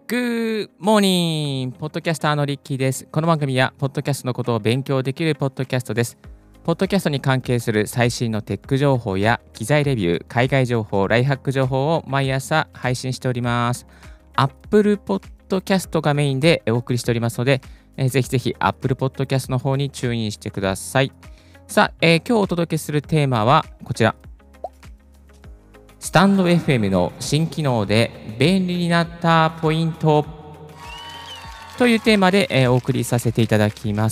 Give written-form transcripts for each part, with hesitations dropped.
Good morning! ポッドキャスターのリッキーです。この番組は、ポッドキャストのことを勉強できるポッドキャストです。ポッドキャストに関係する最新のテック情報や機材レビュー、海外情報、ライフハック情報を毎朝配信しております。Apple Podcast がメインでお送りしておりますので、ぜひぜひ Apple Podcast の方にチューンしてください。さあ、今日お届けするテーマはこちら。スタンド FM の新機能で便利になったポイントというテーマで、お送りさせていただきます。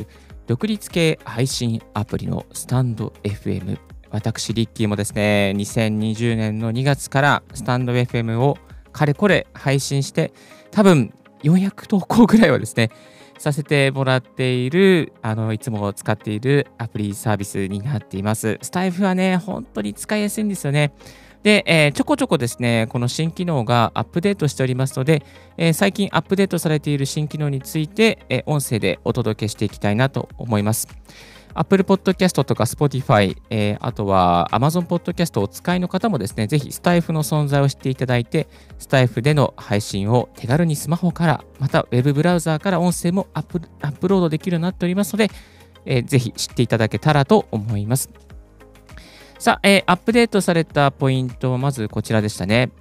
独立系配信アプリのスタンド FM。私、リッキーもですね、2020年の2月からスタンド FM をかれこれ配信して、多分400投稿ぐらいはですね、させてもらっている、いつも使っているアプリサービスになっています。スタイフはね、本当に使いやすいんですよね。で、ちょこちょこですね、この新機能がアップデートしておりますので、最近アップデートされている新機能について、音声でお届けしていきたいなと思います。Apple Podcast とか Spotify、あとは Amazon Podcast をお使いの方もですね、ぜひスタイフの存在を知っていただいて、スタイフでの配信を手軽にスマホから、また Web ブラウザーから音声もアップロードできるようになっておりますので、ぜひ知っていただけたらと思います。さあ、アップデートされたポイントはまずこちらでしたね。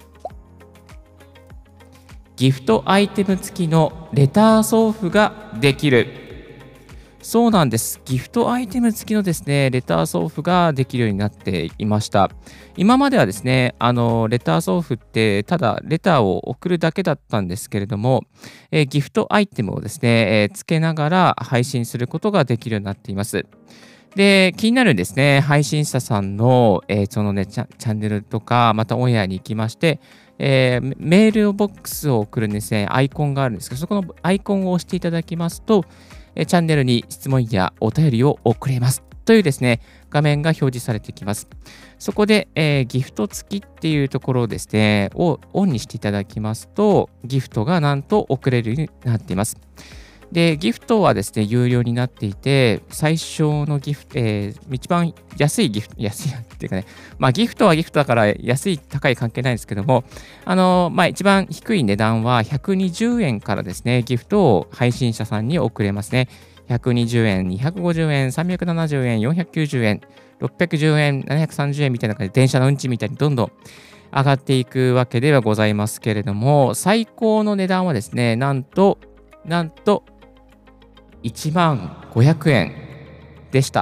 ギフトアイテム付きのレター送付ができる。そうなんです。ギフトアイテム付きのですね、レター送付ができるようになっていました。今まではですね、レター送付ってただレターを送るだけだったんですけれども、ギフトアイテムをですね、付けながら配信することができるようになっています。で、気になるですね、配信者さんの、そのね、チャンネルとか、またオンエアに行きまして、メールボックスを送るですね、アイコンがあるんですけど、そこのアイコンを押していただきますと、チャンネルに質問やお便りを送れますというですね、画面が表示されてきます。そこで、ギフト付きっていうところをですね、をオンにしていただきますと、ギフトがなんと送れるようになっています。で、ギフトはですね、有料になっていて、最初のギフト、一番安いギフト、安いっていうかね、まあギフトはギフトだから安い、高い関係ないんですけども、一番低い値段は120円からですね、ギフトを配信者さんに送れますね。120円、250円、370円、490円、610円、730円みたいな感じで、電車の運賃みたいにどんどん上がっていくわけではございますけれども、最高の値段はですね、なんと、15,500円でした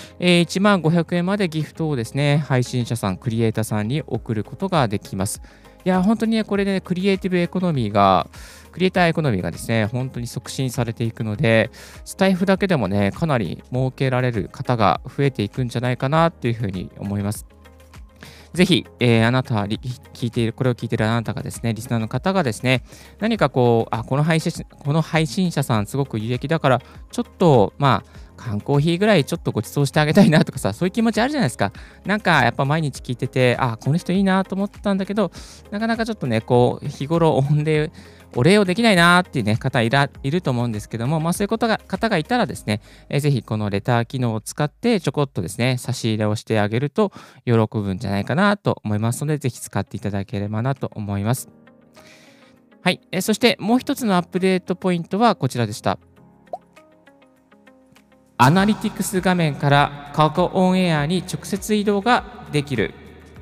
。15,500円までギフトをですね、配信者さん、クリエイターさんに送ることができます。いや、本当にね、これで、ね、クリエイターエコノミーがですね、本当に促進されていくので、スタイフだけでもね、かなり儲けられる方が増えていくんじゃないかなっていうふうに思います。ぜひ、あなた、これを聞いているあなたがですね、リスナーの方がですね、何かこの配信者さんすごく有益だから、ちょっと、缶コーヒーぐらいちょっとご馳走してあげたいなとかさ、そういう気持ちあるじゃないですか。なんかやっぱ毎日聞いてて、この人いいなと思ったんだけど、なかなかちょっとね、日頃お礼をできないなっていうね、方いると思うんですけども、そういう方がいたらですね、ぜひこのレター機能を使ってちょこっとですね、差し入れをしてあげると喜ぶんじゃないかなと思いますので、ぜひ使っていただければなと思います。はい。そしてもう一つのアップデートポイントはこちらでした。アナリティクス画面から過去オンエアに直接移動ができる。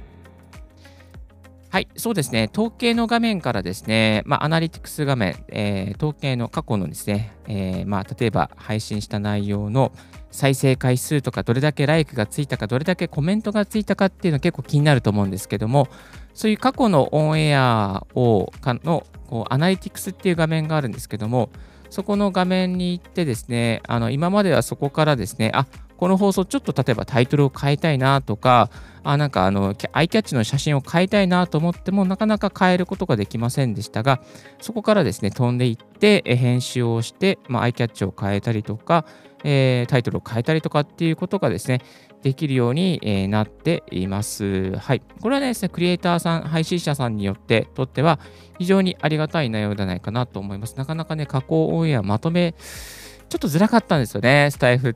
はい、そうですね。統計の画面からですね、アナリティクス画面、統計の過去のですね、例えば配信した内容の再生回数とか、どれだけライクがついたか、どれだけコメントがついたかっていうの結構気になると思うんですけども、そういう過去のオンエアのアナリティクスっていう画面があるんですけども、そこの画面に行ってですね、今まではそこからですね、この放送ちょっと例えばタイトルを変えたいなとか、アイキャッチの写真を変えたいなと思ってもなかなか変えることができませんでしたが、そこからですね、飛んでいって編集をして、アイキャッチを変えたりとか、タイトルを変えたりとかっていうことがですね、できるようになっています。はい。これはですね、クリエイターさん、配信者さんによってとっては非常にありがたい内容じゃないかなと思います。なかなかね、加工オンエアまとめちょっとずらかったんですよね、スタイフって。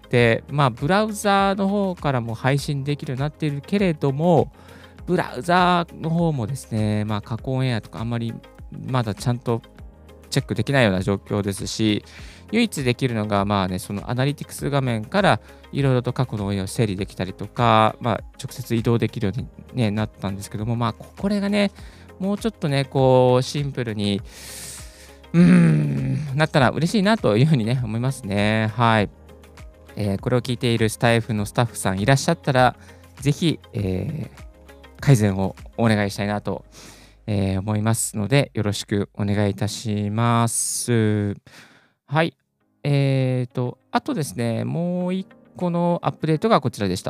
ブラウザーの方からも配信できるようになっているけれども、ブラウザーの方もですね、加工オンエアとかあんまりまだちゃんとチェックできないような状況ですし、唯一できるのが、まあね、そのアナリティクス画面からいろいろと過去のオンエアを整理できたりとか、まあ、直接移動できるように、ね、なったんですけども、まあ、これがね、もうちょっとね、こう、シンプルに、なったら嬉しいなというふうにね、思いますね。はい。これを聞いているスタイフのスタッフさんいらっしゃったら、ぜひ、改善をお願いしたいなと、思いますので、よろしくお願いいたします。はい。あとですね、もう一個のアップデートがこちらでした。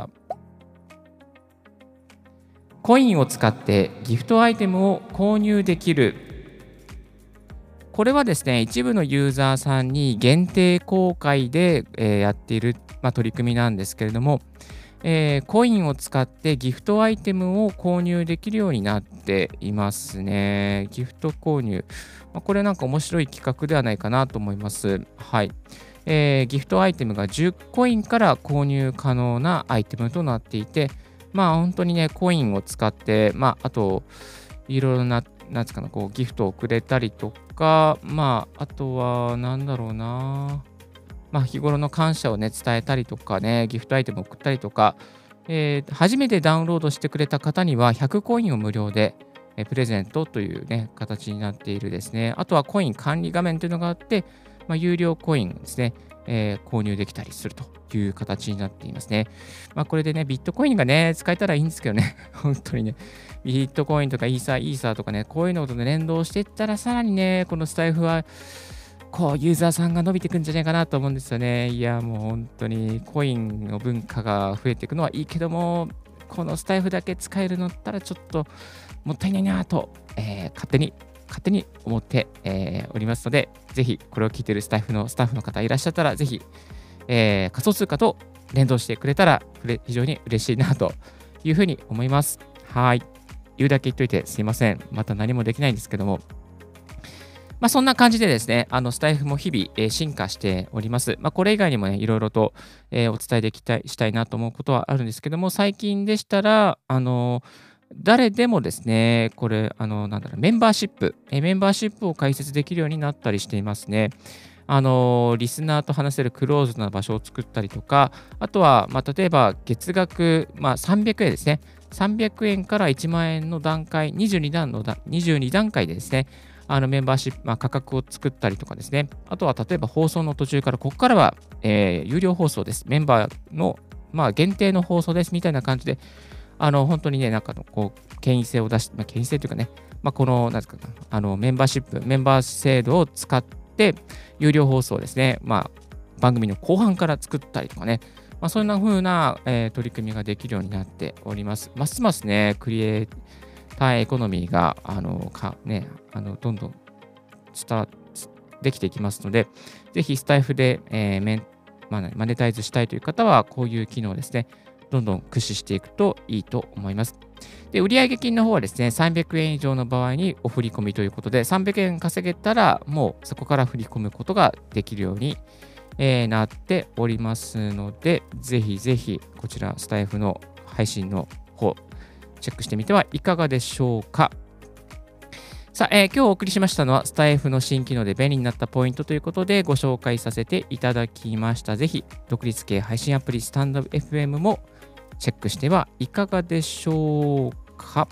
コインを使ってギフトアイテムを購入できる。これはですね、一部のユーザーさんに限定公開で、やっている、まあ、取り組みなんですけれども、コインを使ってギフトアイテムを購入できるようになっていますね。ギフト購入。まあ、これなんか面白い企画ではないかなと思います。はい。ギフトアイテムが10コインから購入可能なアイテムとなっていて、まあ本当にね、コインを使って、まああと、いろいろな、なんつうかな、こうギフトをくれたりとか、まああとは、なんだろうな。まあ、日頃の感謝をね、伝えたりとかね、ギフトアイテムを送ったりとか、初めてダウンロードしてくれた方には100コインを無料で、プレゼントというね、形になっているですね。あとはコイン管理画面というのがあって、まあ、有料コインですね、購入できたりするという形になっていますね。まあ、これでね、ビットコインがね、使えたらいいんですけどね、本当にね、ビットコインとかイーサーとかね、こういうのとね、連動していったら、さらにね、このスタイフは、こう、ユーザーさんが伸びていくんじゃないかなと思うんですよね。いや、もう本当にコインの文化が増えていくのはいいけども、このスタイフだけ使えるのだったらちょっともったいないなと、勝手に思って、おりますので、ぜひこれを聞いているスタッフの方いらっしゃったら、ぜひ、仮想通貨と連動してくれたら非常に嬉しいなというふうに思います。はい。言うだけ言っといてすいません。また何もできないんですけども、まあ、そんな感じでですね、スタイフも日々、進化しております。まあ、これ以外にもね、いろいろと、お伝えできたいしたいなと思うことはあるんですけども、最近でしたら、誰でもですね、これ、なんだろう、メンバーシップを開設できるようになったりしていますね。リスナーと話せるクローズな場所を作ったりとか、あとは、まあ、例えば月額、まあ、300円ですね。300円から1万円の段階、22段階でですね、メンバーシップ、まあ、価格を作ったりとかですね。あとは例えば放送の途中から、ここからは、有料放送です。メンバーの、まあ、限定の放送ですみたいな感じで、本当にね、なんかのこう、権威性を出して、まあ、権威性というかね、まあ、この、なんですか、メンバー制度を使って、有料放送ですね、まあ、番組の後半から作ったりとかね、まあ、そんな風な、取り組みができるようになっております。ますますね、クリエイターエコノミーが、どんどん伝わできていきますので、ぜひスタイフで、マネタイズしたいという方は、こういう機能をですね、どんどん駆使していくといいと思います。で、売上金の方はですね、300円以上の場合にお振り込みということで、300円稼げたら、もうそこから振り込むことができるように、なっておりますので、ぜひぜひ、こちら、スタイフの配信の方、チェックしてみてはいかがでしょうか。さあ、今日お送りしましたのは、スタイフの新機能で便利になったポイントということでご紹介させていただきました。ぜひ、独立系配信アプリスタンド FM もチェックしてはいかがでしょうか。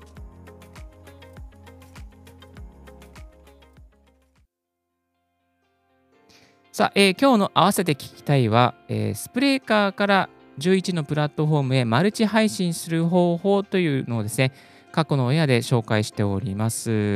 さあ、今日の合わせて聞きたいは、スプレーカーから11のプラットフォームへマルチ配信する方法というのをですね、過去のオンエアで紹介しております。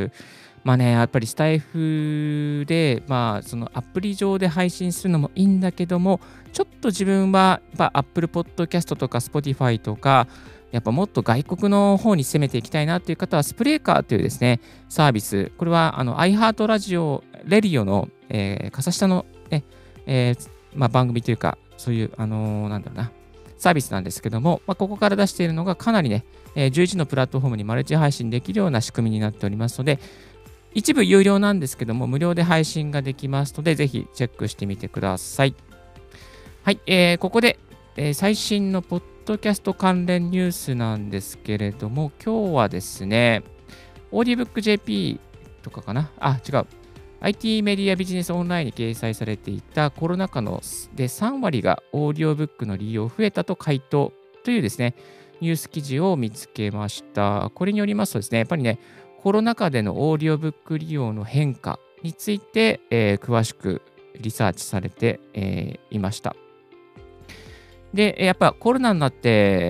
まあね、やっぱりスタイフで、まあ、そのアプリ上で配信するのもいいんだけども、ちょっと自分は、やっぱ Apple Podcast とか Spotify とか、やっぱもっと外国の方に攻めていきたいなという方は、スプレーカーというですね、サービス、これはiHeart ラジオ、レディオの、傘下の、ねまあ、番組というか、そういう、なんだろうな、サービスなんですけども、まあ、ここから出しているのがかなりね、11のプラットフォームにマルチ配信できるような仕組みになっておりますので、一部有料なんですけども、無料で配信ができますので、ぜひチェックしてみてください。はい、ここで、最新のポッドキャスト関連ニュースなんですけれども、今日はですね、オーディオブック JP とかかなあ、違う。 IT メディアビジネスオンラインに掲載されていたコロナ禍で3割がオーディオブックの利用増えたと回答というですね、ニュース記事を見つけました。これによりますとですね、やっぱりね、コロナ禍でのオーディオブック利用の変化について、詳しくリサーチされて、いました。で、やっぱコロナになって、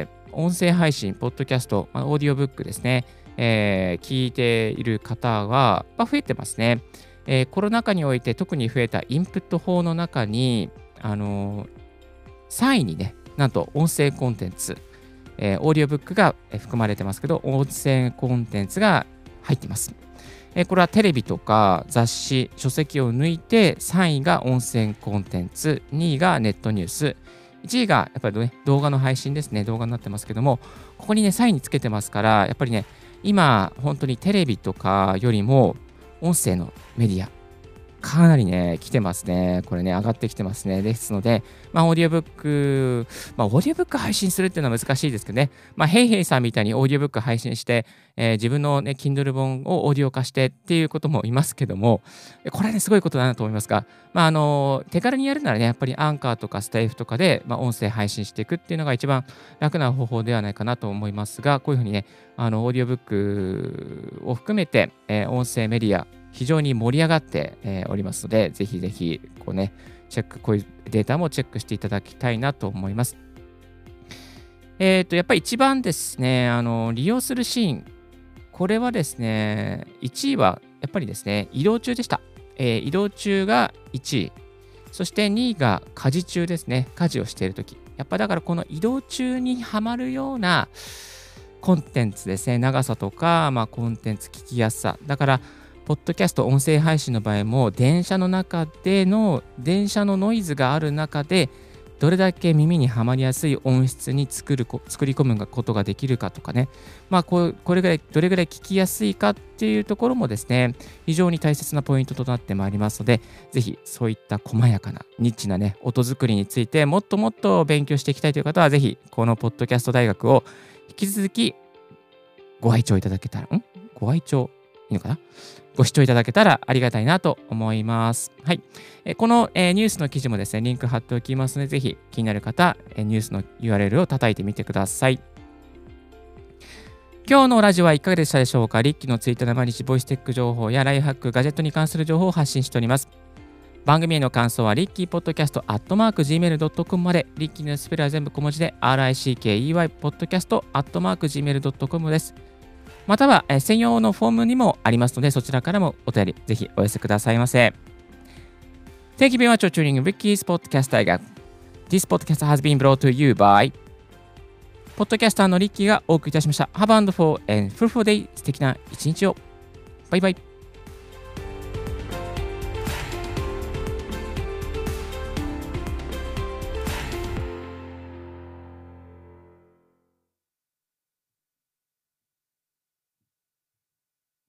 音声配信、ポッドキャスト、オーディオブックですね、聞いている方が増えてますね。コロナ禍において特に増えたインプット法の中に、3位にね、なんと音声コンテンツ、オーディオブックが含まれてますけど、音声コンテンツが入っています。これはテレビとか雑誌、書籍を抜いて3位が音声コンテンツ、2位がネットニュース、1位がやっぱりね、動画の配信ですね、動画になってますけども、ここにね、3位につけてますから、やっぱりね、今、本当にテレビとかよりも、音声のメディア、かなりね、来てますね。これね、上がってきてますね。ですので、オーディオブック、オーディオブック配信するっていうのは難しいですけどね、ヘイヘイさんみたいにオーディオブック配信して、自分のね、Kindle 本をオーディオ化してっていうこともいますけども、これはね、すごいことだなと思いますが、手軽にやるならね、やっぱりアンカーとかスタイフとかで、音声配信していくっていうのが一番楽な方法ではないかなと思いますが、こういうふうにね、オーディオブックを含めて、音声メディア、非常に盛り上がって、おりますので、ぜひぜひ、こうね、こういうデータもチェックしていただきたいなと思います。やっぱり一番ですね、利用するシーン、これはですね、1位はやっぱりですね、移動中でした。移動中が1位。そして2位が家事中ですね。家事をしているとき。やっぱだからこの移動中にはまるようなコンテンツですね。長さとか、コンテンツ聞きやすさ。だから、ポッドキャスト、音声配信の場合も、電車のノイズがある中で、どれだけ耳にはまりやすい音質に作り込むことができるかとかね、どれぐらい聞きやすいかっていうところもですね、非常に大切なポイントとなってまいりますので、ぜひそういった細やかな、ニッチなね、音作りについてもっともっと勉強していきたいという方は、ぜひこのポッドキャスト大学を引き続きご愛聴いただけたら、ご愛聴いいのかな？ご視聴いただけたらありがたいなと思います。はい。このニュースの記事もですね、リンク貼っておきますので、ぜひ気になる方、ニュースの URL を叩いてみてください。今日のラジオはいかがでしたでしょうか？リッキーのツイートで毎日ボイステック情報やライフハック、ガジェットに関する情報を発信しております。番組への感想はリッキーポッドキャスト@gmail.com まで、リッキーのスペルは全部小文字で RICKEY ポッドキャスト@gmail.com です。または、専用のフォームにもありますので、そちらからもお便りぜひお寄せくださいませ。Thank you very much for tuning Ricky's Podcast 大学。This podcast has been brought to you by ポッドキャスターのリッキーがお送りいたしました。Have a wonderful and fruitful day。素敵な一日を。バイバイ。